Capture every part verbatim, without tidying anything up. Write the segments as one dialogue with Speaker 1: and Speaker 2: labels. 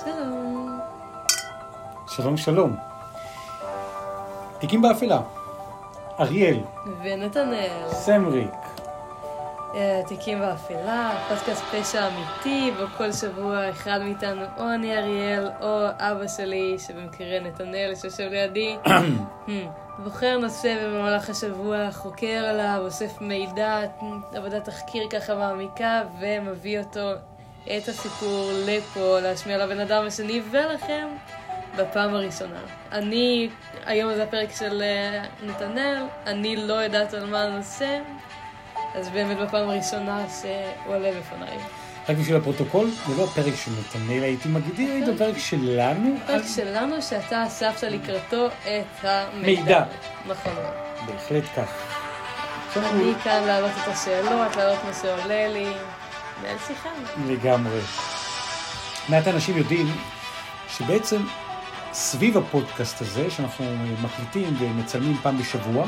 Speaker 1: שלום.
Speaker 2: שלום שלום. תיקים באפלה. אריאל.
Speaker 1: ונתנאל.
Speaker 2: סמריק.
Speaker 1: תיקים באפלה, פודקאסט פשע אמיתי, בו כל שבוע אחד מאיתנו, או אני אריאל, או אבא שלי, שבמקרה נתנאל, שיושב לידי, בוחר נושא במהלך השבוע, חוקר עליו, אוסף מידע, עבודת תחקיר ככה מעמיקה, ומביא אותו את הסיפור לפה, להשמיע לבן אדם השני ולכם בפעם הראשונה. אני, היום זה הפרק של נתנאל, אני לא יודעת על מה הנושא, אז באמת בפעם הראשונה שהוא עולה בפניי.
Speaker 2: רק בשביל הפרוטוקול, זה לא הפרק של נתנאל, הייתי מגדיר את הפרק שלנו.
Speaker 1: הפרק שלנו שאתה אספת לקראתו את המידע.
Speaker 2: מידע.
Speaker 1: נכון.
Speaker 2: בהחלט כך.
Speaker 1: אני כאן להעלות את השאלות, להעלות מה שעולה לי. נעל שיחה.
Speaker 2: לגמרי. מעט אנשים יודעים שבעצם סביב הפודקאסט הזה, שאנחנו מקליטים ומצלמים פעם בשבוע,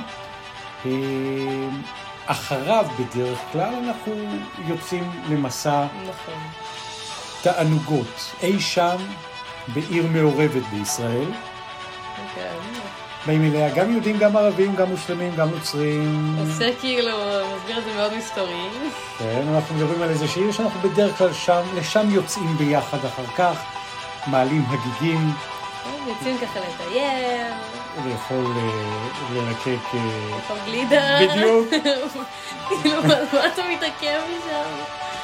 Speaker 2: אחריו בדרך כלל אנחנו יוצאים למסע
Speaker 1: נכון.
Speaker 2: תענוגות, אי שם בעיר מעורבת בישראל.
Speaker 1: אוקיי.
Speaker 2: באים אליה גם יהודים, גם ערבים, גם מוסלמים, גם נוצרים.
Speaker 1: עושה כאילו, מסביר את זה מאוד מסתורי.
Speaker 2: כן, אנחנו מדברים על איזה שיר שאנחנו בדרך כלל שם, לשם יוצאים ביחד אחר כך, מעלים הגיגים.
Speaker 1: יוצאים ככה לטייל.
Speaker 2: לאכול, ללקק.
Speaker 1: לאכול גלידה.
Speaker 2: בדיוק.
Speaker 1: כאילו, מה אתה מתעכב משם?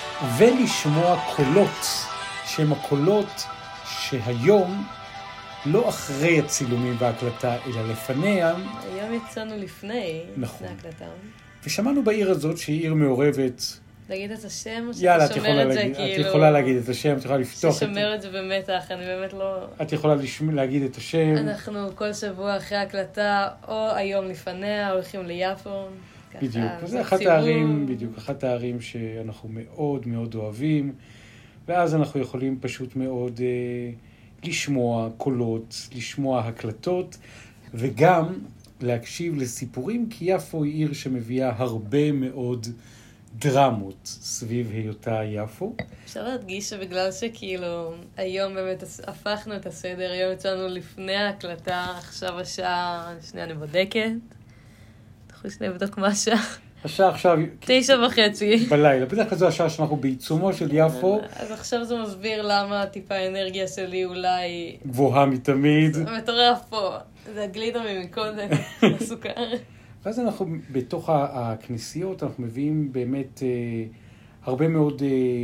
Speaker 2: ולשמוע קולות, שהם הקולות שהיום, לא אחרי הצילומים וההקלטה, אלא לפניה.
Speaker 1: היום יצאנו לפני,
Speaker 2: נכון.
Speaker 1: לפני ההקלטה.
Speaker 2: ושמענו בעיר הזאת שהיא עיר מעורבת.
Speaker 1: להגיד את השם או
Speaker 2: יאללה,
Speaker 1: שאתה שומר את זה
Speaker 2: להגיד,
Speaker 1: כאילו...
Speaker 2: את יכולה להגיד את השם, את יכולה לפתוח את...
Speaker 1: ששומר את זה במתח, אני באמת לא...
Speaker 2: את יכולה לשמ... להגיד את השם.
Speaker 1: אנחנו כל שבוע אחרי ההקלטה, או היום לפניה, הולכים ליפו.
Speaker 2: בדיוק, זה אחת הערים, בדיוק, אחת הערים שאנחנו מאוד מאוד אוהבים, ואז אנחנו יכולים פשוט מאוד אה, לשמוע קולות, לשמוע הקלטות, וגם להקשיב לסיפורים, כי יפו היא עיר שמביאה הרבה מאוד דרמות סביב היותה יפו.
Speaker 1: אפשר להדגיש שבגלל שכאילו היום באמת הפכנו את הסדר, היום יצאנו לפני ההקלטה, עכשיו השעה, שנייה אני בודקת. אנחנו שנייה לבדוק מה השעה.
Speaker 2: השעה עכשיו...
Speaker 1: תשע וחצי.
Speaker 2: בלילה. בדרך כלל זו השעה שאנחנו בעיצומו של יפו.
Speaker 1: אז עכשיו זה מסביר למה טיפה האנרגיה שלי אולי...
Speaker 2: גבוהה מתמיד.
Speaker 1: זה מטורף פה. זה הגלידה ממקודם, הסוכר.
Speaker 2: ואז אנחנו בתוך הכנסיות, אנחנו מביאים באמת אה, הרבה מאוד אה,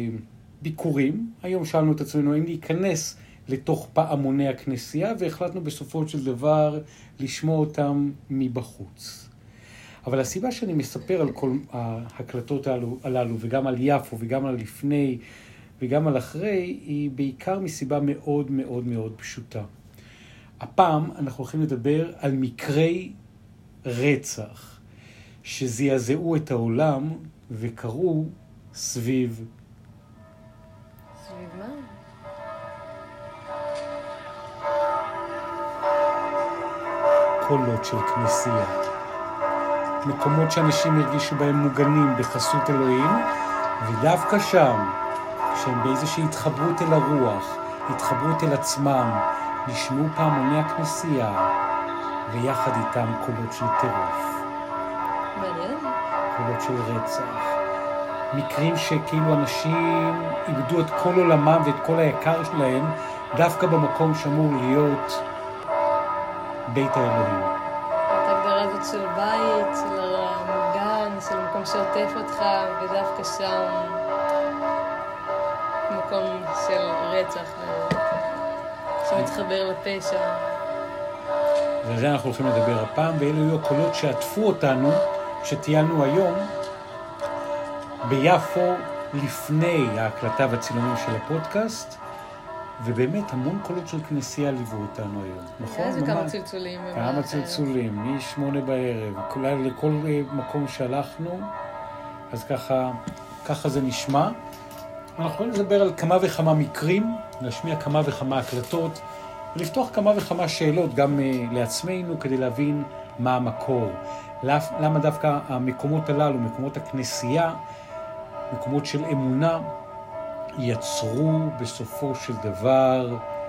Speaker 2: ביקורים. היום שאלנו את עצמנו אם להיכנס לתוך פעמוני הכנסייה, והחלטנו בסופו של דבר לשמוע אותם מבחוץ. אבל הסיבה שאני מספר על כל ההקלטות הללו, הללו וגם על יפו וגם על לפני וגם על אחרי, היא בעיקר מסיבה מאוד מאוד מאוד פשוטה. הפעם אנחנו הולכים לדבר על מקרי רצח שזעזעו את העולם וקראו סביב...
Speaker 1: סביב מה?
Speaker 2: קולות של כנסייה. מקומות שאנשים הרגישו בהם מוגנים בחסות אלוהים, ודווקא שם, כשהם באיזושהי התחברות אל הרוח, התחברות אל עצמם, נשמעו פעמוני הכנסייה, ויחד איתם קולות של טירוף.
Speaker 1: מעניין.
Speaker 2: קולות של רצח. מקרים שכאילו אנשים איבדו את כל עולמם ואת כל היקר שלהם, דווקא במקום שאמור להיות בית האלוהים.
Speaker 1: את ההגדרה הזאת של בית, של המוגן, של מקום שעוטף אותך, ודווקא שם מקום של רצח שמתחבר לפשע.
Speaker 2: ועל זה אנחנו הולכים לדבר הפעם, ואלו היו הקולות שעטפו אותנו, שטיילנו היום, ביפו לפני ההקלטה והצילומים של הפודקאסט, ובאמת המון קולות של כנסייה ליוו אותנו היום, נכון?
Speaker 1: איזה כמה צלצולים.
Speaker 2: כמה צלצולים, משמונה בערב, כולל לכל מקום שהלכנו, אז ככה, ככה זה נשמע. אנחנו יכולים לדבר על כמה וכמה מקרים, להשמיע כמה וכמה הקלטות, ולפתוח כמה וכמה שאלות גם uh, לעצמנו כדי להבין מה המקור. למה דווקא המקומות הללו, מקומות הכנסייה, מקומות של אמונה, יצרו בסופו של דבר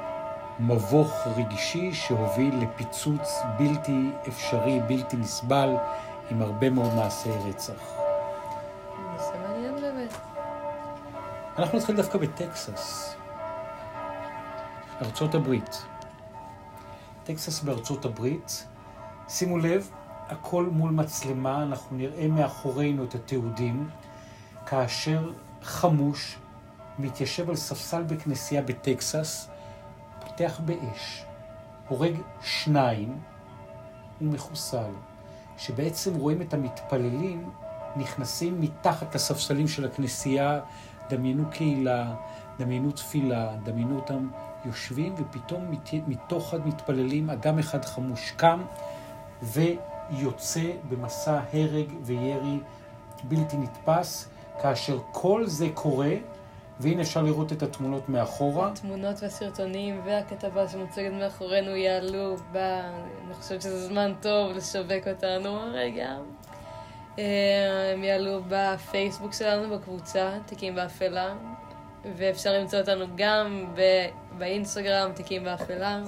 Speaker 2: מבוך רגשי שהוביל לפיצוץ בלתי אפשרי, בלתי נסבל, עם הרבה מאוד מעשי רצח.
Speaker 1: זה מעניין באמת.
Speaker 2: אנחנו נתחיל דווקא בטקסס, ארצות הברית. טקסס בארצות הברית, שימו לב, הכל מול מצלמה, אנחנו נראה מאחורינו את התיעודים, כאשר חמוש מתיישב על ספסל בכנסייה בטקסס, פותח באש, הורג שניים ומחוסל, שבעצם רואים את המתפללים נכנסים מתחת לספסלים של הכנסייה, דמיינו קהילה, דמיינו תפילה, דמיינו אותם יושבים, ופתאום מתוך המתפללים אדם אחד חמוש קם ויוצא במסע הרג וירי בלתי נתפס, כאשר כל זה קורה, והנה אפשר לראות את התמונות מאחורה.
Speaker 1: התמונות והסרטונים והכתבה שמוצגת מאחורינו יעלו ב... אני חושבת שזה זמן טוב לשווק אותנו רגע. הם יעלו בפייסבוק שלנו, בקבוצה, תיקים באפלה, ואפשר למצוא אותנו גם באינסטגרם, תיקים באפלה.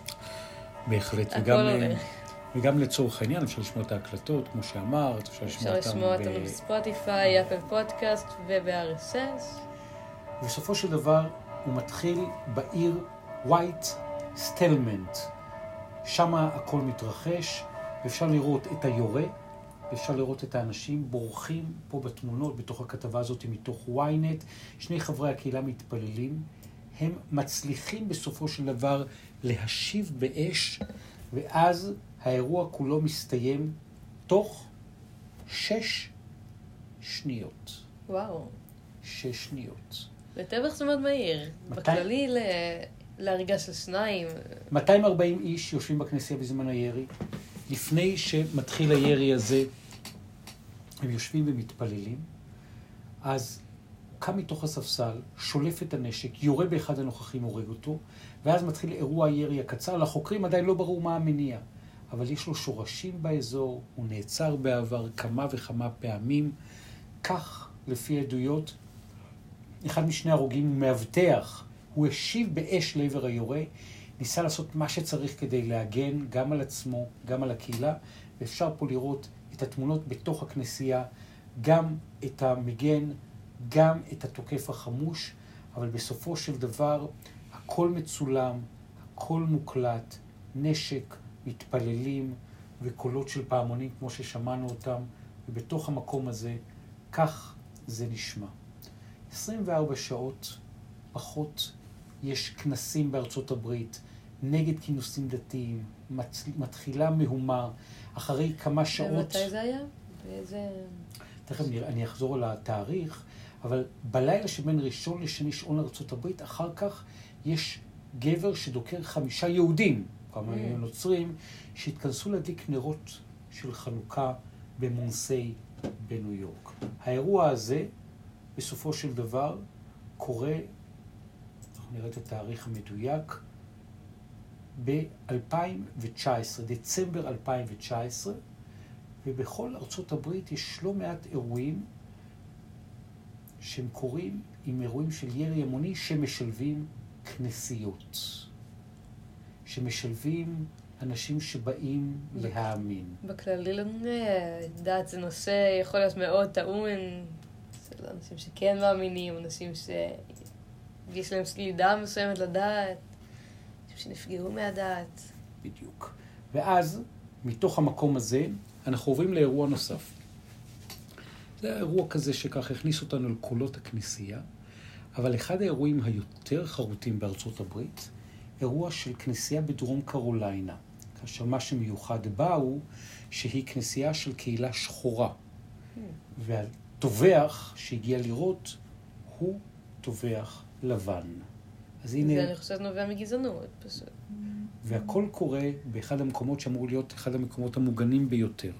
Speaker 2: בהחלט, וגם, וגם לצורך העניין אפשר לשמוע את ההקלטות, כמו שאמרת, אפשר לשמוע אותנו,
Speaker 1: אפשר לשמוע אותנו בספוטיפיי, אפל פודקאסט וב-אר אס אס.
Speaker 2: בסופו של דבר הוא מתחיל בעיר ווייט סטלמנט. שם הכל מתרחש, ואפשר לראות את היורה, ואפשר לראות את האנשים בורחים פה בתמונות, בתוך הכתבה הזאת מתוך וויינט. שני חברי הקהילה מתפללים, הם מצליחים בסופו של דבר להשיב באש, ואז האירוע כולו מסתיים תוך שש שניות.
Speaker 1: וואו.
Speaker 2: שש שניות.
Speaker 1: בטבח זה מאוד מהיר. בכללי להריגה של שניים.
Speaker 2: מאתיים וארבעים איש יושבים בכנסייה בזמן הירי. לפני שמתחיל הירי הזה, הם יושבים ומתפללים. אז הוא קם מתוך הספסל, שולף את הנשק, יורה באחד הנוכחים, הורג אותו, ואז מתחיל אירוע הירי הקצר. לחוקרים עדיין לא ברור מה המניע, אבל יש לו שורשים באזור, הוא נעצר בעבר כמה וכמה פעמים. כך, לפי עדויות, אחד משני הרוגים הוא מאבטח, הוא השיב באש לעבר היורה, ניסה לעשות מה שצריך כדי להגן גם על עצמו, גם על הקהילה, ואפשר פה לראות את התמונות בתוך הכנסייה, גם את המגן, גם את התוקף החמוש, אבל בסופו של דבר הכל מצולם, הכל מוקלט, נשק, מתפללים וקולות של פעמונים כמו ששמענו אותם, ובתוך המקום הזה כך זה נשמע. עשרים וארבע שעות פחות יש כנסים בארצות הברית נגד כינוסים דתיים, מתחילה מהומה, אחרי כמה שעות...
Speaker 1: ומתי זה היה? באיזה...
Speaker 2: תכף אני אחזור על התאריך, אבל בלילה שבין ראשון לשני שעון ארצות הברית, אחר כך יש גבר שדוקר חמישה יהודים, כמה mm. נוצרים, שהתכנסו להדליק נרות של חנוכה במונסי בניו יורק. האירוע הזה, בסופו של דבר, קורה, אנחנו נראה את התאריך המדויק, ב-אלפיים תשע עשרה, דצמבר אלפיים תשע עשרה, ובכל ארצות הברית יש לא מעט אירועים שהם קוראים עם אירועים של ירי המוני שמשלבים כנסיות, שמשלבים אנשים שבאים להאמין.
Speaker 1: בכללי דת זה נושא יכול להיות מאוד טעון, זה אנשים שכן מאמינים, אנשים שיש להם סלידה מסוימת לדעת, אנשים שנפגעו מהדעת.
Speaker 2: בדיוק. ואז, מתוך המקום הזה, אנחנו עוברים לאירוע נוסף. זה אירוע כזה שכך הכניס אותנו לקולות הכנסייה, אבל אחד האירועים היותר חרוטים בארצות הברית, אירוע של כנסייה בדרום קרוליינה, כאשר מה שמיוחד בה הוא שהיא כנסייה של קהילה שחורה, hmm. והטובח שהגיע לראות הוא טובח לבן. אז הנה...
Speaker 1: זה אני חושבת נובע מגזענות, פשוט.
Speaker 2: והכל קורה באחד המקומות שאמור להיות אחד המקומות המוגנים ביותר.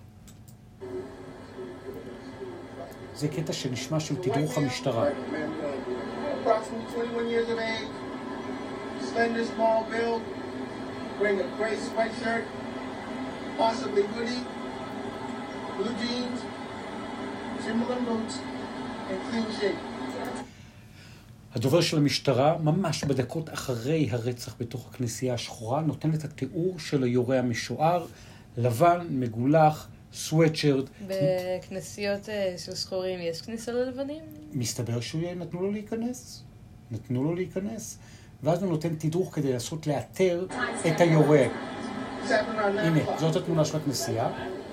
Speaker 2: זה קטע שנשמע של תדרוך המשטרה.
Speaker 3: Approximately twenty-one years of age, slender, small build, wearing a gray sweatshirt, possibly hoodie, blue jeans, Timberland boots, and clean shave.
Speaker 2: הדובר של המשטרה, ממש בדקות אחרי הרצח בתוך הכנסייה השחורה, נותן את התיאור של היורה המשוער, לבן, מגולח, סוואטשרט.
Speaker 1: בכנסיות של שחורים יש כניסה ללבנים?
Speaker 2: מסתבר שנתנו לו להיכנס. נתנו לו להיכנס. ואז הוא נותן תדרוך כדי לעשות לאתר את היורה. הנה, זאת התמונה של הכנסייה.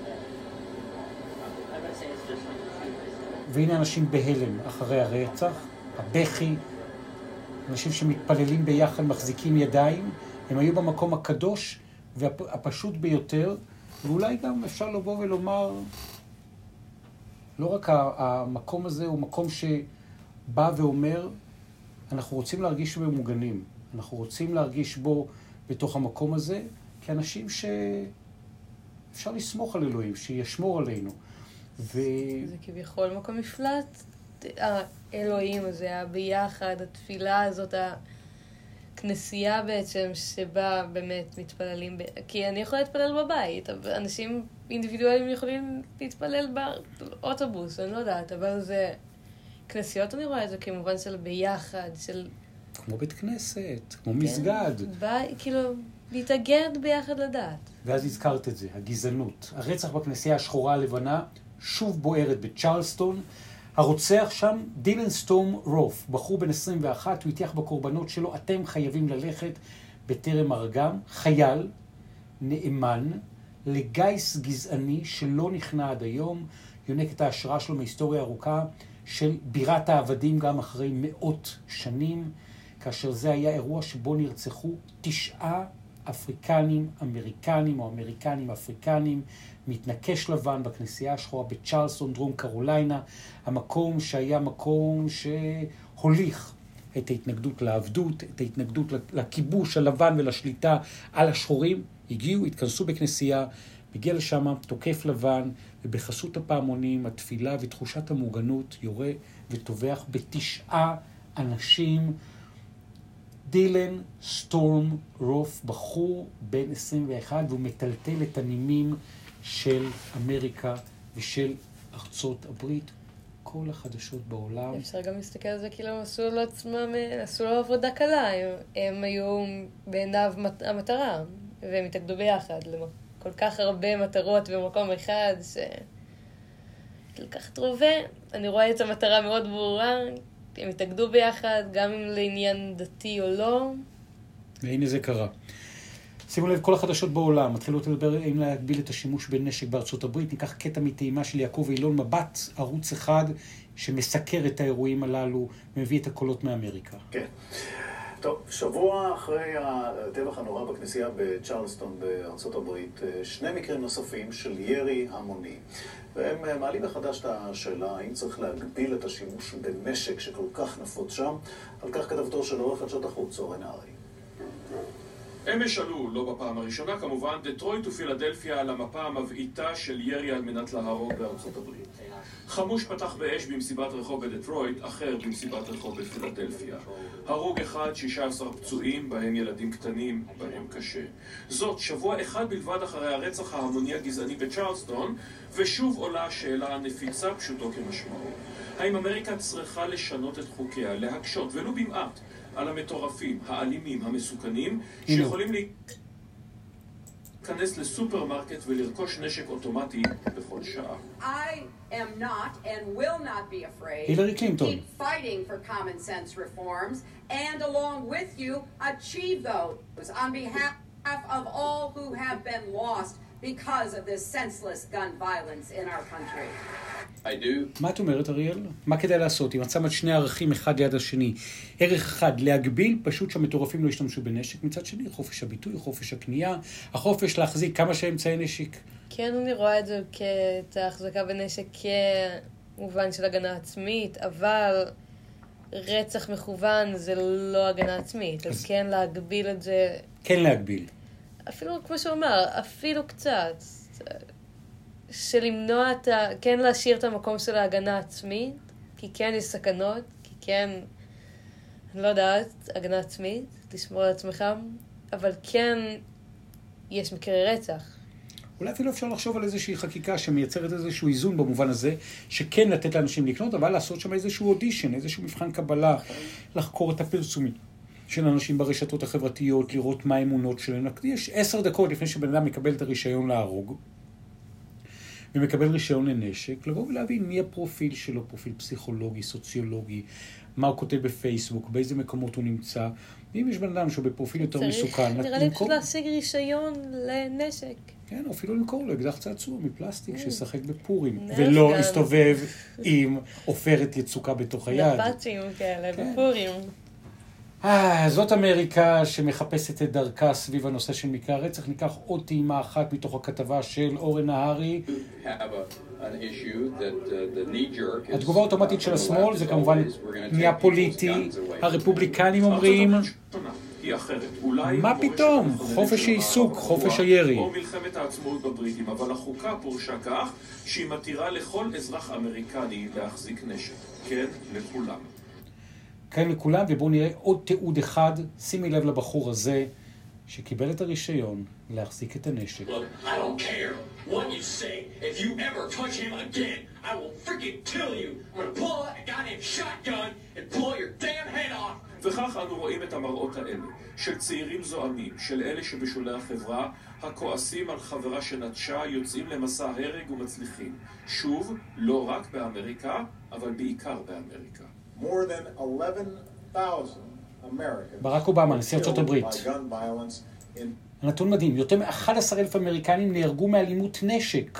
Speaker 2: והנה אנשים בהלם אחרי הרצח, הבכי, אנשים שמתפללים ביחד, מחזיקים ידיים. הם היו במקום הקדוש והפשוט ביותר, ואולי גם אפשר לבוא ולומר, לא רק המקום הזה הוא מקום שבא ואומר, אנחנו רוצים להרגיש בו מוגנים, אנחנו רוצים להרגיש בו בתוך המקום הזה, כאנשים שאפשר לסמוך על אלוהים, שישמור עלינו. ו...
Speaker 1: זה כביכול מקום מפלט, האלוהים הזה, הביחד, התפילה הזאת, הכנסייה בעצם שבה באמת מתפללים, ב... כי אני יכולה להתפלל בבית, אנשים אינדיבידואלים יכולים להתפלל באוטובוס, אני לא יודעת, אבל זה... כנסיות אני רואה את זה כמובן של ביחד, של...
Speaker 2: כמו בית כנסת, כמו כן, מסגד.
Speaker 1: בא, כאילו, להתאגד ביחד לדעת.
Speaker 2: ואז הזכרת את זה, הגזענות. הרצח בכנסייה השחורה הלבנה שוב בוערת בצ'רלסטון. הרוצח שם, דילן סטורם רוף, בחור בן עשרים ואחת, הוא הטיח בקורבנות שלו, אתם חייבים ללכת בטרם הרגם. חייל, נאמן, לגייס גזעני שלא נכנע עד היום, יונק את ההשראה שלו מהיסטוריה ארוכה, של בירת העבדים גם אחרי מאות שנים, כאשר זה היה אירוע שבו נרצחו תשעה אפריקנים, אמריקנים או אמריקנים אפריקנים, מתנקש לבן בכנסייה השחורה בצ'רלסטון, דרום קרוליינה, המקום שהיה מקום שהוליך את ההתנגדות לעבדות, את ההתנגדות לכיבוש הלבן ולשליטה על השחורים. הגיעו, התכנסו בכנסייה, הגיע לשם תוקף לבן, ובחסות הפעמונים, התפילה ותחושת המוגנות יורה וטובח בתשעה אנשים. דילן סטורם רוף, בחור בן עשרים ואחת, והוא מטלטל את הנימים של אמריקה ושל ארצות הברית. כל החדשות בעולם.
Speaker 1: אפשר גם להסתכל על זה כאילו הם עשו לו עצמם, עשו לו עבודה קלה. הם, הם היו בעיניו המטרה, והם התאגדו ביחד כל כך הרבה מטרות במקום אחד, ש... לקחת רובה, אני רואה את המטרה מאוד ברורה, הם התאגדו ביחד, גם אם לעניין דתי או לא.
Speaker 2: והנה זה קרה. שימו לב, כל החדשות בעולם, מתחילות לדבר אם להגביל את השימוש בנשק בארצות הברית. ניקח קטע מטעימה של יעקב אילון, מבט, ערוץ אחד, שמסקר את האירועים הללו, מביא את הקולות מאמריקה.
Speaker 4: כן. טוב, שבוע אחרי הטבח הנורא בכנסייה בצ'רלסטון בארצות הברית, שני מקרים נוספים של ירי המוני. והם מעלים מחדש את השאלה האם צריך להגביל את השימוש בנשק שכל כך נפוץ שם. על כך כתבתו של עורך חדשות החוץ, אורן הארי.
Speaker 5: אמש עלו, לא בפעם הראשונה כמובן, דטרויט ופילדלפיה על המפה המבעיטה של ירי על מנת להרוג בארצות הברית. חמוש פתח באש במסיבת רחוב בדטרויט, אחר במסיבת רחוב בפילדלפיה. הרוג אחד, שישה עשר פצועים, בהם ילדים קטנים, בהם קשה. זאת שבוע אחד בלבד אחרי הרצח ההמוני הגזעני בצ'רלסטון, ושוב עולה השאלה הנפיצה פשוטו כמשמעו. האם אמריקה צריכה לשנות את חוקיה, להקשות, ולו במעט, על המטורפים, האלימים, המסוכנים, שיכולים להיכנס לסופרמרקט ולרכוש נשק אוטומטי בכל שעה.
Speaker 6: I am not and will not be afraid
Speaker 2: Hillary
Speaker 6: to
Speaker 2: Clinton.
Speaker 6: keep fighting for common sense reforms and along with you achieve those on behalf of all who have been lost because of this senseless gun violence in our country.
Speaker 4: I do.
Speaker 2: מה את אומרת, אריאל? מה כדאי לעשות? אם את שמת שני ערכים אחד ליד השני, ערך אחד להגביל, פשוט שהמטורפים לא ישתמשו בנשק, מצד שני, חופש הביטוי, חופש הקנייה, החופש להחזיק כמה שאמצעי נשק.
Speaker 1: כן, אני רואה את זה כאת ההחזקה בנשק כמובן של הגנה עצמית, אבל רצח מכוון זה לא הגנה עצמית, אז כן להגביל את זה.
Speaker 2: כן להגביל.
Speaker 1: אפילו, כמו שאומר, אפילו קצת. שלמנוע את ה... כן להשאיר את המקום של ההגנה עצמית, כי כן יש סכנות, כי כן, אני לא יודעת, הגנה עצמית, תשמור על עצמך, אבל כן יש מקרי רצח.
Speaker 2: אולי אפילו אפשר לחשוב על איזושהי חקיקה שמייצרת איזשהו איזון במובן הזה, שכן לתת לאנשים לקנות, אבל לעשות שם איזשהו אודישן, איזשהו מבחן קבלה, לחקור את הפרסומים של אנשים ברשתות החברתיות, לראות מה האמונות שלהם. יש עשר דקות לפני שבן אדם מקבל את הרישיון להרוג, ומקבל רישיון לנשק, לבוא ולהבין מי הפרופיל שלו, פרופיל פסיכולוגי, סוציולוגי, מה הוא כותב בפייסבוק, באיזה מקומות הוא נמצא, ואם יש בן אדם שהוא בפרופיל יותר מסוכן,
Speaker 1: צריך, נראה לי פשוט להשיג רישיון לנשק.
Speaker 2: כן, או אפילו למכור לו אקדח צעצוע מפלסטיק שישחק בפורים, ולא יסתובב עם עופרת יצוקה בתוך היד.
Speaker 1: נפצ'ים כאלה, בפורים.
Speaker 2: אה, זאת אמריקה שמחפשת את דרכה סביב הנושא של מקרה הרצח. ניקח עוד טעימה אחת מתוך הכתבה של אורן נהרי. התגובה האוטומטית של השמאל זה כמובן נהיה פוליטי. הרפובליקנים אומרים, מה פתאום? חופש העיסוק, חופש הירי.
Speaker 5: או מלחמת העצמאות בבריטים, אבל החוקה פורשה כך שהיא מתירה לכל אזרח אמריקני להחזיק נשק. כן, לכולם.
Speaker 2: כן, לכולם, ובואו נראה עוד תיעוד אחד. שימי לב לבחור הזה שקיבל את הרישיון להחזיק את הנשק.
Speaker 7: Look, I don't care what you say. If you ever touch him again, I will freaking kill you. I'm gonna pull out a goddamn shotgun and blow your damn head off.
Speaker 5: וכך אנו רואים את המראות האלה, של צעירים זועמים, של אלה שבשולי החברה, הכועסים על חברה שנטשה, יוצאים למסע הרג ומצליחים. שוב, לא רק באמריקה, אבל בעיקר באמריקה.
Speaker 4: More than eleven thousand Americans.
Speaker 2: ברק אובמה, נשיא ארצות הברית. הנתון מדהים, יותר מ-אחד עשר אלף אמריקנים נהרגו מאלימות נשק.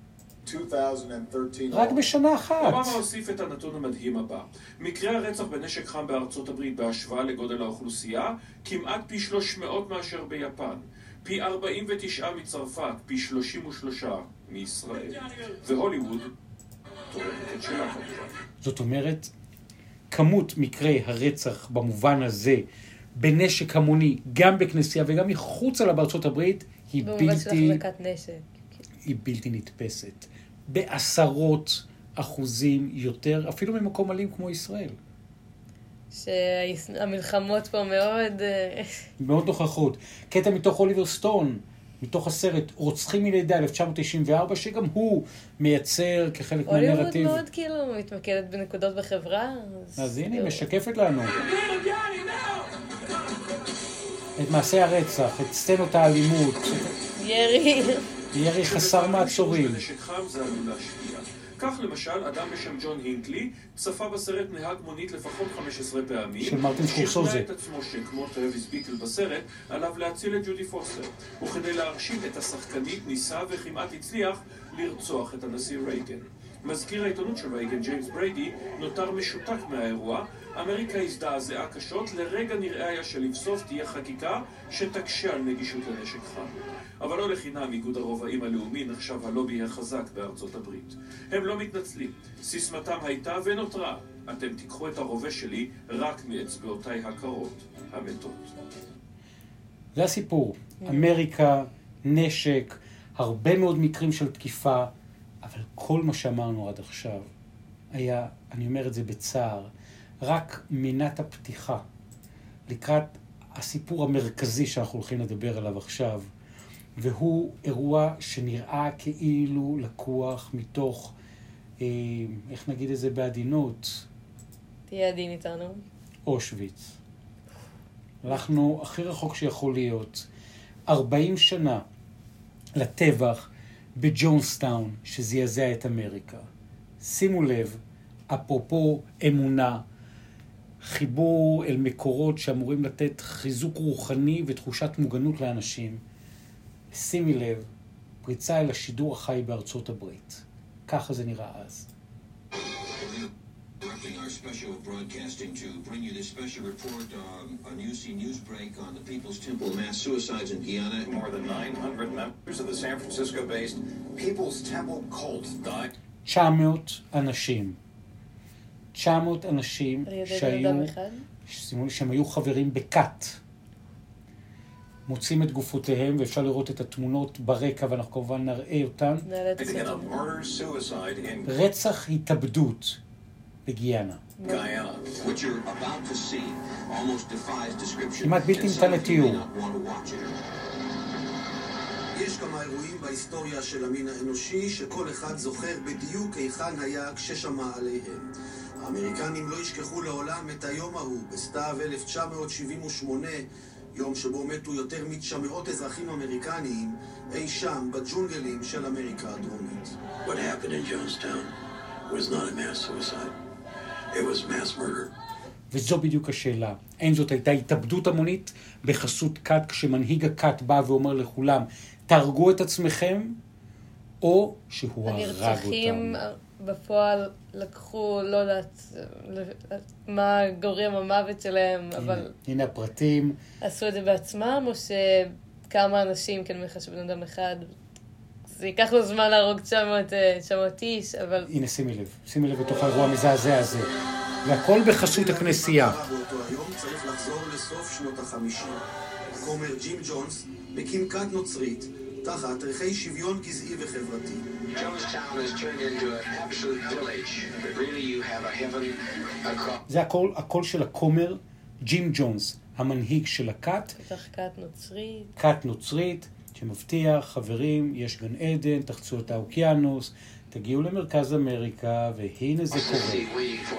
Speaker 2: רק בשנה אחת.
Speaker 5: אובמה הוסיף את הנתון המדהים הבא. מקרי הרצח בנשק חם בארצות הברית בהשוואה לגודל האוכלוסייה, כמעט פי שלוש מאות מאשר ביפן. פי ארבעים ותשע מצרפת, פי שלושים ושלוש מישראל. והוליווד תורמת את שלה כמובן.
Speaker 2: זאת אומרת, כמות מקרי הרצח במובן הזה, בנשק המוני, גם בכנסייה וגם מחוץ לה בארצות הברית, היא בלתי, היא בלתי נתפסת. בעשרות אחוזים יותר, אפילו ממקום אלים כמו ישראל.
Speaker 1: שהמלחמות פה מאוד...
Speaker 2: מאוד נוכחות. קטע מתוך אוליבר סטון, מתוך הסרט רוצחים מלידה אלף תשע מאות תשעים וארבע, שגם הוא מייצר כחלק מהנרטיב.
Speaker 1: הוליווד מאוד כאילו מתמקדת בנקודות בחברה.
Speaker 2: אז הנה, היא משקפת לנו את מעשי הרצח, את סצנות האלימות.
Speaker 1: ירי.
Speaker 2: ירי חסר מעצורים.
Speaker 5: בנשק חם זה עלול להשפיע. כך למשל, אדם בשם ג'ון הינקלי צפה בסרט נהג מונית לפחות חמש עשרה פעמים.
Speaker 2: של מרטין סקורסזה.
Speaker 5: שכנע את עצמו שכמו טרוויס ביקל בסרט, עליו להציל את ג'ודי פוסטר. וכדי להרשים את השחקנית ניסה וכמעט הצליח לרצוח את הנשיא רייגן. מזכיר העיתונות של רייגן, ג'יימס בריידי, נותר משותק מהאירוע. אמריקה הזדעזעה קשות, לרגע נראה היה שלבסוף תהיה חקיקה שתקשה על נגישות לנשק חם. אבל לא לחינם איגוד הרובעים הלאומי נחשב הלובי החזק בארצות הברית. הם לא מתנצלים. סיסמתם הייתה ונותרה. אתם תיקחו את הרובה שלי רק מאצבעותיי הקרות, המתות.
Speaker 2: זה הסיפור. אמריקה, נשק, הרבה מאוד מקרים של תקיפה, אבל כל מה שאמרנו עד עכשיו היה, אני אומר את זה בצער, רק מינת הפתיחה לקראת הסיפור המרכזי שאנחנו הולכים לדבר עליו עכשיו, והוא אירוע שנראה כאילו לקוח מתוך, אה, איך נגיד את זה בעדינות?
Speaker 1: תהיה עדין איתנו.
Speaker 2: אושוויץ. הלכנו הכי רחוק שיכול להיות. ארבעים שנה לטבח בג'ונסטאון שזעזע את אמריקה. שימו לב, אפרופו אמונה, חיבור אל מקורות שאמורים לתת חיזוק רוחני ותחושת מוגנות לאנשים. שימי לב, פריצה אל השידור החי בארצות הברית. ככה זה נראה אז.
Speaker 8: Our special broadcasting to bring you this special report um, on U C Newsbreak on the People's Temple mass suicides in Guyana.
Speaker 4: More than nine hundred members of the San Francisco-based People's Temple cult died.
Speaker 2: תשע מאות אנשים. תשע מאות אנשים שהיו, שימו לי, שהם היו חברים בכת. מוצאים את גופותיהם, ואפשר לראות את התמונות ברקע, ואנחנו כמובן נראה אותן. רצח התאבדות בגיאנה. כמעט בלתי ניתן לתיאור.
Speaker 9: יש כמה אירועים בהיסטוריה של המין האנושי שכל אחד זוכר בדיוק היכן היה כששמע עליהם. האמריקנים לא ישכחו לעולם את היום ההוא, בסתיו אלף תשע מאות שבעים ושמונה, יום שבו מתו יותר מתשע מאות אזרחים אמריקניים אי שם בג'ונגלים של אמריקה הדרומית.
Speaker 8: What happened in Jonestown was not a mass suicide. It was mass murder.
Speaker 2: וזו בדיוק השאלה. האם זאת הייתה התאבדות המונית בחסות כת, כשמנהיג הכת בא ואומר לכולם, תהרגו את עצמכם, או שהוא הרג אותם?
Speaker 1: הנרצחים בפועל לקחו, לא יודעת מה גורם המוות שלהם, אבל...
Speaker 2: הנה הפרטים.
Speaker 1: עשו את זה בעצמם, או שכמה אנשים, כן מניחה שבן אדם אחד, זה ייקח לו זמן להרוג תשע מאות איש, אבל...
Speaker 2: הנה, שימי לב. שימי לב בתוך האירוע המזעזע הזה. והכל בחסות הכנסייה.
Speaker 9: באותו היום צריך לחזור לסוף שנות החמישים. כומר ג'ים ג'ונס מקים כת נוצרית תחת ערכי שוויון גזעי וחברתי.
Speaker 2: זה הכל, הכל של הכומר ג'ים ג'ונס, המנהיג של הכת.
Speaker 1: בטח כת נוצרית.
Speaker 2: כת נוצרית שמבטיח, חברים, יש גן עדן, תחצו את האוקיינוס, תגיעו למרכז אמריקה, והנה זה קורה.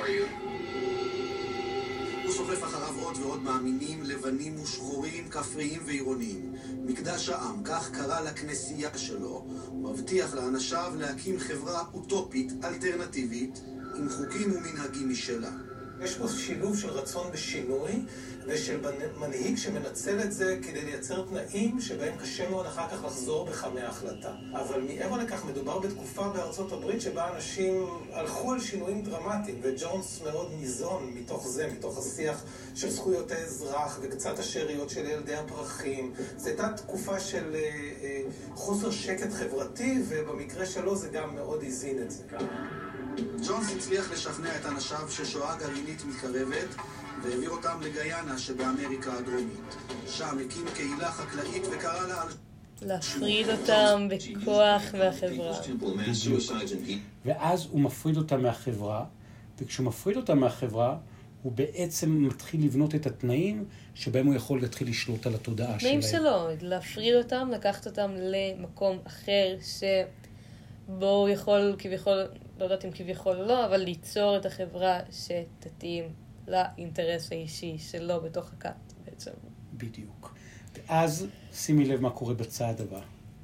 Speaker 9: הוא סוחף אחריו עוד ועוד מאמינים, לבנים ושחורים, כפריים ועירוניים. מקדש העם, כך קרא לכנסייה שלו, הוא מבטיח לאנשיו להקים חברה אוטופית, אלטרנטיבית, עם חוקים ומנהגים משלה.
Speaker 10: יש פה שילוב של רצון בשינוי ושל מנהיג שמנצל את זה כדי לייצר תנאים שבהם קשה מאוד אחר כך לחזור בך מההחלטה. אבל מעבר לכך מדובר בתקופה בארצות הברית שבה אנשים הלכו על שינויים דרמטיים, וג'ונס מאוד ניזון מתוך זה, מתוך השיח של זכויות האזרח וקצת השאריות של ילדי הפרחים. זו הייתה תקופה של אה, אה, חוסר שקט חברתי, ובמקרה שלו זה גם מאוד הזין את זה.
Speaker 9: ג'ונס הצליח לשכנע את אנשיו ששואה גרעינית מתקרבת, והעביר אותם לגיינה שבאמריקה הדרומית. שם הקים קהילה חקלאית וקרא לה...
Speaker 1: להפריד אותם בכוח מהחברה.
Speaker 2: ואז הוא מפריד אותם מהחברה, וכשהוא מפריד אותם מהחברה, הוא בעצם מתחיל לבנות את התנאים שבהם הוא יכול להתחיל לשלוט על התודעה שלהם.
Speaker 1: תנאים שלו, להפריד אותם, לקחת אותם למקום אחר שבו הוא יכול כביכול, לא יודעת אם כביכול לא, אבל ליצור את החברה שתתאים לאינטרס האישי שלו בתוך הכת בעצם.
Speaker 2: בדיוק. ואז שימי לב מה קורה בצעד הבא.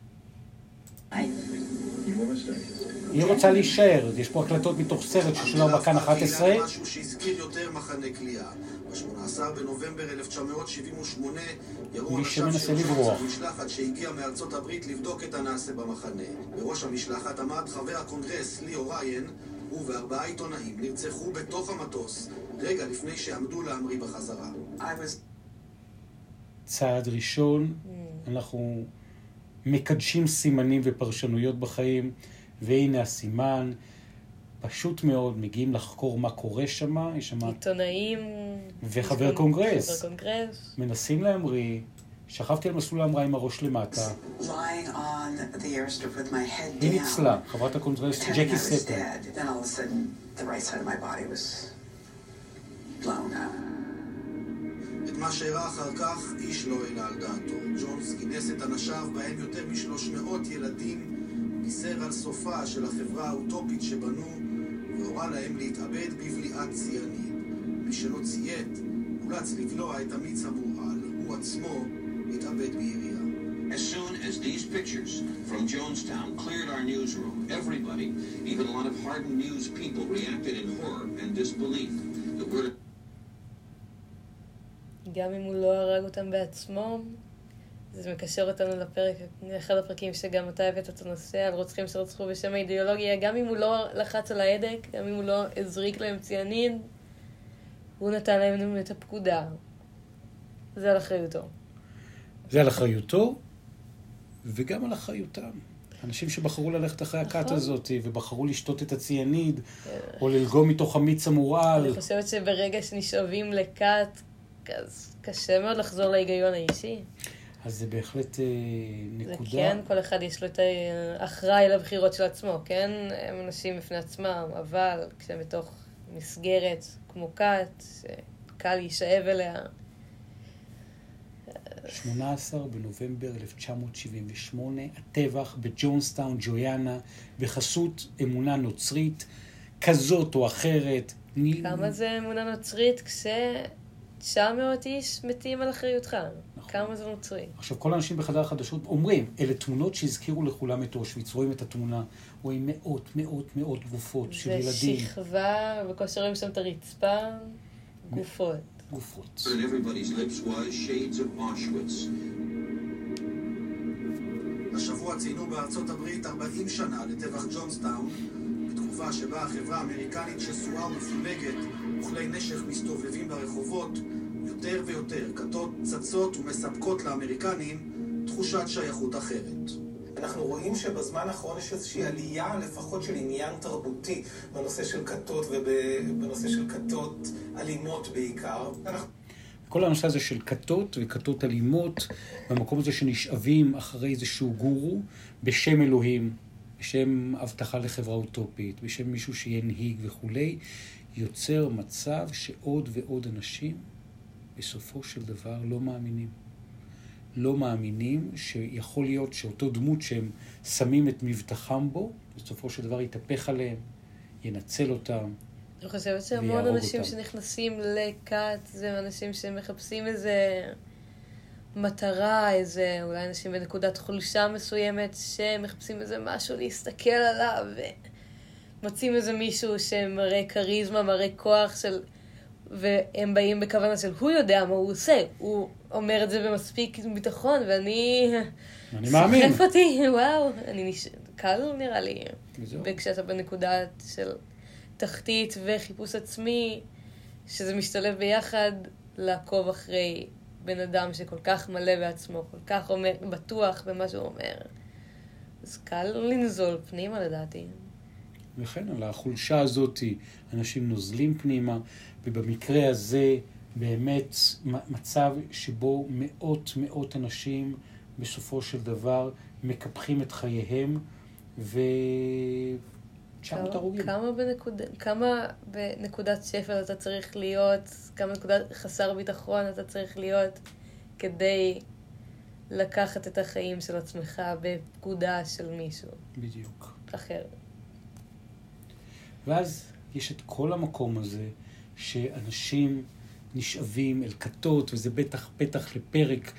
Speaker 2: היא רוצה להישאר, יש פה הקלטות מתוך סרט ששולח בכאן אחת עשרה.
Speaker 9: משהו שהזכיר יותר מחנה כליאה. ב-שמונה עשר בנובמבר אלף תשע מאות שבעים ושמונה יראו אנשיו של ג'ונס משלחת שהגיעה מארצות הברית לבדוק את הנעשה במחנה. בראש המשלחת עמד חבר הקונגרס לי אוריין, הוא וארבעה עיתונאים נרצחו בתוך המטוס רגע לפני שעמדו להמריא בחזרה.
Speaker 2: צעד ראשון, אנחנו מקדשים סימנים ופרשנויות בחיים, והנה הסימן, פשוט מאוד, מגיעים לחקור מה קורה שם, יש שם...
Speaker 1: עיתונאים...
Speaker 2: וחבר קונגרס.
Speaker 1: חבר קונגרס.
Speaker 2: מנסים להמריא, שכבתי על מסלול ההמראה עם הראש למטה. היא ניצלה, חברת הקונגרס, ג'קי סטן.
Speaker 9: את מה שאירע אחר כך, איש לא העלה על דעתו. ג'ונס כינס את אנשיו, בהם יותר משלוש מאות ילדים, בישר על סופה של החברה האוטופית שבנו, והורה להם להתאבד בבליעת ציאניד. מי שלא ציית, אולץ לבלוע את המיץ המורעל. הוא עצמו התאבד בירייה.
Speaker 8: As soon as these pictures from Jonestown cleared our newsroom, everybody, even a lot of hardened news people, reacted in horror and disbelief. The word...
Speaker 1: גם אם הוא לא הרג אותם בעצמו, זה מקשר אותנו לפרק, אחד הפרקים שגם אתה הבאת את הנושא, על רוצחים שרצחו בשם האידיאולוגיה, גם אם הוא לא לחץ על ההדק, גם אם הוא לא הזריק להם ציאניד, הוא נתן להם את הפקודה. זה על אחריותו.
Speaker 2: זה על אחריותו, וגם על אחריותם. אנשים שבחרו ללכת אחרי הכת הזאת, ובחרו לשתות את הציאניד, או ללגום מתוך המיץ המורעל.
Speaker 1: אני חושבת שברגע שנשאבים לכת, אז קשה מאוד לחזור להיגיון האישי.
Speaker 2: אז זה בהחלט אה, נקודה.
Speaker 1: זה כן, כל אחד יש לו את האחראי לבחירות של עצמו, כן? הם אנשים בפני עצמם, אבל כשהם בתוך מסגרת כמו כת, שקל להישאב אליה,
Speaker 2: שמונה עשר בנובמבר אלף תשע מאות שבעים ושמונה, הטבח בג'ונסטאון, ג'ויאנה, בחסות אמונה נוצרית, כזאת או אחרת.
Speaker 1: כמה זה אמונה נוצרית כש-תשע מאות איש מתים על אחריותך? נכון. כמה זה נוצרי?
Speaker 2: עכשיו, כל האנשים בחדר החדשות אומרים, אלה תמונות שהזכירו לכולם את אושוויץ, רואים את התמונה, רואים מאות, מאות, מאות גופות של ילדים.
Speaker 1: זה שכבה, בקושי רואים שם את הרצפה, גופות.
Speaker 2: גופות.
Speaker 8: On everybody's lips was shades of Auschwitz.
Speaker 9: השבוע ציינו בארצות הברית ארבעים שנה לטבח ג'ונסטאון, בתקופה שבה החברה האמריקנית שסועה ומפולגת וכלי נשק מסתובבים ברחובות, יותר ויותר כתות צצות ומספקות לאמריקנים תחושת שייכות אחרת.
Speaker 10: אנחנו רואים שבזמן האחרון יש איזושהי עלייה לפחות של עניין תרבותי בנושא של כתות ובנושא של כתות אלימות בעיקר. אנחנו...
Speaker 2: כל הנושא הזה של כתות וכתות אלימות, במקום הזה שנשאבים אחרי איזשהו גורו, בשם אלוהים, בשם הבטחה לחברה אוטופית, בשם מישהו שינהיג וכולי, יוצר מצב שעוד ועוד אנשים בסופו של דבר לא מאמינים. לא מאמינים שיכול להיות שאותו דמות שהם שמים את מבטחם בו, בסופו של דבר יתהפך עליהם, ינצל אותם.
Speaker 1: אני חושבת שהמון אנשים שנכנסים לקאט, זה אנשים שמחפשים איזה מטרה, איזה, אולי אנשים בנקודת חולשה מסוימת, שמחפשים איזה משהו להסתכל עליו, ומוצאים איזה מישהו שמראה קריזמה, מראה כוח של... והם באים בכוונה של הוא יודע מה הוא עושה, הוא אומר את זה במספיק ביטחון, ואני...
Speaker 2: אני מאמין.
Speaker 1: סחף אותי, וואו, אני נש... קל נראה לי. וכשאתה בנקודה של תחתית וחיפוש עצמי, שזה משתלב ביחד, לעקוב אחרי בן אדם שכל כך מלא בעצמו, כל כך אומר, בטוח במה שהוא אומר. אז קל לנזול פנימה לדעתי.
Speaker 2: וכן, על החולשה הזאת אנשים נוזלים פנימה, ובמקרה הזה באמת מצב שבו מאות מאות אנשים בסופו של דבר מקפחים את חייהם, ו... תשע מאות הרוגים.
Speaker 1: כמה, בנקוד... כמה בנקודת שפל אתה צריך להיות, כמה נקודת חסר ביטחון אתה צריך להיות כדי לקחת את החיים של עצמך בפקודה של מישהו.
Speaker 2: בדיוק.
Speaker 1: אחר.
Speaker 2: ואז יש את כל המקום הזה שאנשים נשאבים אל כתות, וזה בטח פתח לפרק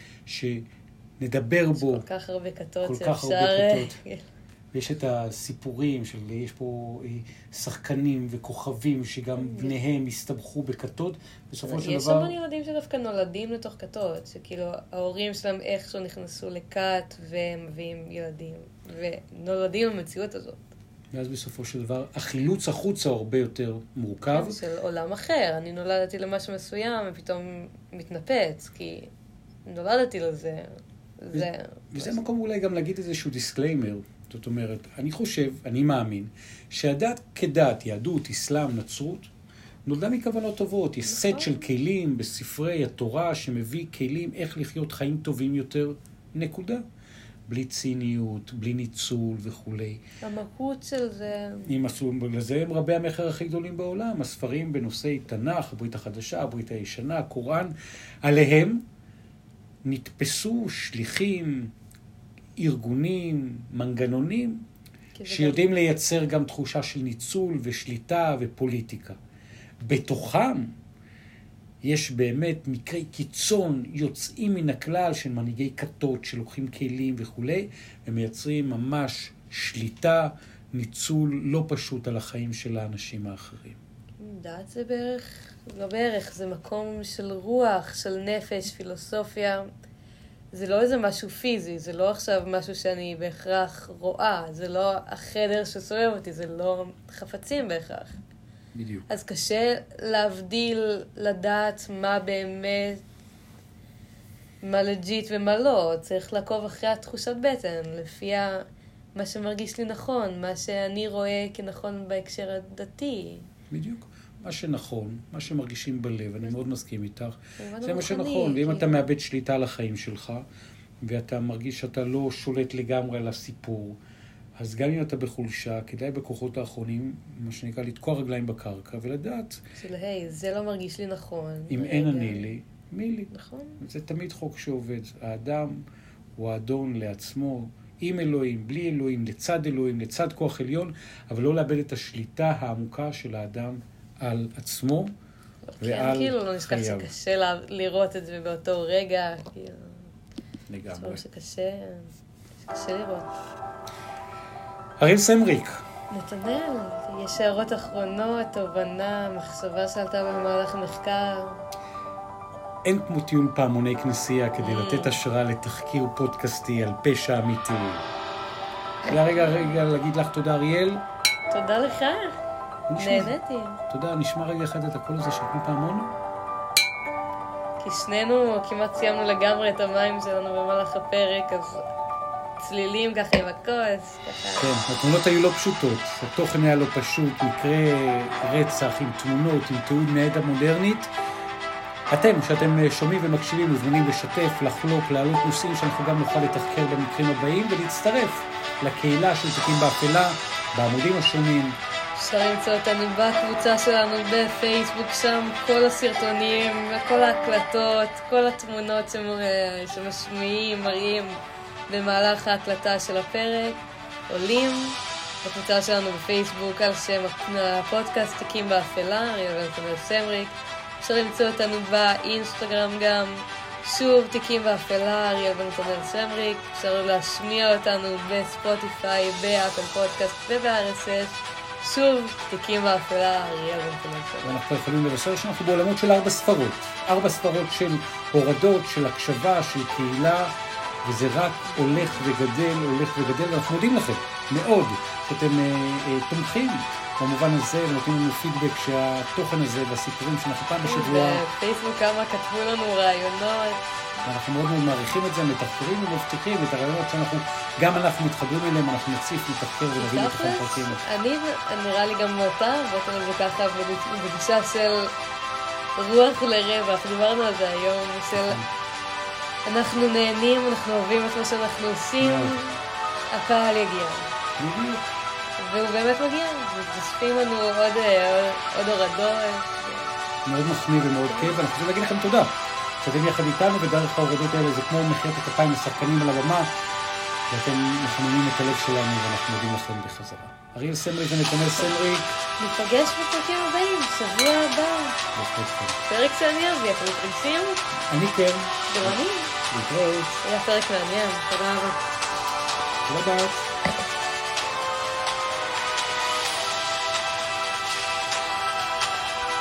Speaker 2: שנדבר בו.
Speaker 1: יש כל כך הרבה כתות
Speaker 2: כל
Speaker 1: שאפשר...
Speaker 2: כך הרבה כתות. ויש את הסיפורים של, יש פה שחקנים וכוכבים שגם בניהם הסתבכו בכתות, בסופו של דבר...
Speaker 1: יש המון ילדים שדווקא נולדים לתוך כתות, שכאילו ההורים שלהם איכשהו נכנסו לכת והם מביאים ילדים, ונולדים במציאות הזאת.
Speaker 2: ואז בסופו של דבר, החילוץ החוצה הוא הרבה יותר מורכב.
Speaker 1: של עולם אחר. אני נולדתי למשהו מסוים, ופתאום מתנפץ, כי נולדתי לזה. זה...
Speaker 2: וזה מקום אולי גם להגיד איזשהו דיסקליימר. זאת אומרת, אני חושב, אני מאמין, שהדת כדת, יהדות, אסלאם, נצרות, נולדה מכוונות טובות. יש סט של כלים בספרי התורה שמביא כלים איך לחיות חיים טובים יותר, נקודה. בלי ציניות, בלי ניצול וכו'.
Speaker 1: המהות של זה...
Speaker 2: אם עשו, לזה הם רבי המחר הכי גדולים בעולם. הספרים בנושאי תנ"ך, הברית החדשה, הברית הישנה, הקוראן, עליהם נתפסו שליחים, ארגונים, מנגנונים, שיודעים גם... לייצר גם תחושה של ניצול ושליטה ופוליטיקה. בתוכם יש באמת מקרי קיצון יוצאים מן הכלל של מנהיגי כתות שלוקחים כלים וכו', ומייצרים ממש שליטה, ניצול לא פשוט על החיים של האנשים האחרים.
Speaker 1: דת זה בערך, לא בערך, זה מקום של רוח, של נפש, פילוסופיה. זה לא איזה משהו פיזי, זה לא עכשיו משהו שאני בהכרח רואה, זה לא החדר שסובב אותי, זה לא חפצים בהכרח.
Speaker 2: בדיוק.
Speaker 1: אז קשה להבדיל, לדעת מה באמת, מה לג'יט ומה לא. צריך לעקוב אחרי התחושת בטן, לפי מה שמרגיש לי נכון, מה שאני רואה כנכון בהקשר הדתי.
Speaker 2: בדיוק. מה שנכון, מה שמרגישים בלב, אני מאוד מסכים איתך. זה מה שנכון, ואם אתה מאבד שליטה על החיים שלך, ואתה מרגיש שאתה לא שולט לגמרי על הסיפור, אז גם אם אתה בחולשה, כדאי בכוחות האחרונים, מה שנקרא, לתקוע רגליים בקרקע ולדעת.
Speaker 1: של, היי, זה לא מרגיש לי נכון.
Speaker 2: אם אין אני לי, מילי.
Speaker 1: נכון.
Speaker 2: זה תמיד חוק שעובד. האדם הוא האדון לעצמו, עם אלוהים, בלי אלוהים, לצד אלוהים, לצד כוח עליון, אבל לא לאבד את השליטה העמוקה של האדם על עצמו ועל חייו.
Speaker 1: כן, כאילו לא נשכח שקשה לראות את זה באותו רגע, כאילו...
Speaker 2: לגמרי.
Speaker 1: שקשה, שקשה לראות.
Speaker 2: אריאל סמריק.
Speaker 1: נתנאל, יש הערות אחרונות, תובנה, מחשבה שעלתה במהלך המחקר.
Speaker 2: אין כמו טיעון פעמוני כנסייה כדי לתת השראה לתחקיר פודקאסטי על פשע אמיתי. רגע, רגע, רגע, להגיד לך תודה, אריאל.
Speaker 1: תודה לך. נהניתי.
Speaker 2: תודה, נשמע רגע אחד את הקול הזה של כמו פעמון.
Speaker 1: כי שנינו כמעט סיימנו לגמרי את המים שלנו במהלך הפרק, אז צלילים ככה עם הכוס, ככה.
Speaker 2: כן, התמונות היו לא פשוטות, התוכן היה לא פשוט, מקרה רצח עם תמונות, עם תיעוד מעדה מודרנית. אתם, שאתם שומעים ומקשיבים, מוזמנים לשתף, לחלוק, להעלות נושאים שאנחנו גם נוכל לתחקר במקרים הבאים ולהצטרף לקהילה של תיקים באפלה, בעמודים השונים.
Speaker 1: אפשר למצוא אותנו בקבוצה שלנו בפייסבוק, שם כל הסרטונים, כל ההקלטות, כל התמונות שמשמיעים, מראים במהלך ההקלטה של הפרק, עולים בקבוצה שלנו בפייסבוק על שם הפודקאסט תיקים באפלה, אריאל ונתנאל סמריק. אפשר למצוא אותנו באינסטגרם גם, שוב תיקים באפלה, אריאל ונתנאל סמריק. אפשר להשמיע אותנו בספוטיפיי, באפל פודקאסט וב-אר אס אס. שוב, תיקים באפלה, אריאל ונתנאל סמריק.
Speaker 2: ואנחנו יכולים לבשר שאנחנו בעולמות של ארבע ספרות. ארבע ספרות של הורדות, של הקשבה, של קהילה, וזה רק הולך וגדל, הולך וגדל, ואנחנו מודים לכם מאוד שאתם אה, אה, תומכים במובן הזה, ונותנים לנו פידבק שהתוכן הזה והסיפורים שאנחנו פעם בשבוע...
Speaker 1: בפייסבוק כמה כתבו לנו רעיונות.
Speaker 2: ואנחנו מאוד מאוד מעריכים את זה, מתחקרים ומבטיחים את הרעיונות שאנחנו, גם אנחנו מתחברים אליהם, אנחנו נציף, נתחקר ונביא לתוכן פרקים.
Speaker 1: אני, נראה לי גם אותה, ואתם את זה ככה בגישה של רוח לרווח, דיברנו על זה היום, של אנחנו נהנים, אנחנו אוהבים את מה שאנחנו עושים, הקהל יגיע.
Speaker 2: בדיוק.
Speaker 1: והוא באמת מגיע, ותוספים לנו עוד, עוד הורדות.
Speaker 2: מאוד מחמיא ומאוד כיף, ואנחנו רוצים להגיד לכם תודה. שאתם יחד איתנו, ודרך ההורדות האלה זה כמו מחיית הכפיים לשחקנים על הבמה, ואתם מחממים את הלב שלנו, ואנחנו מודים לכם בחזרה. אריאל סמריק ונתנאל סמריק.
Speaker 1: ניפגש בפרקים הבאים, שבוע הבא. פרק שאני אביא, אתם מתרגשים?
Speaker 2: אני כן.
Speaker 1: גם אני.
Speaker 2: להתראות.
Speaker 1: היה פרק מעניין, תודה רבה.
Speaker 2: תודה רבה.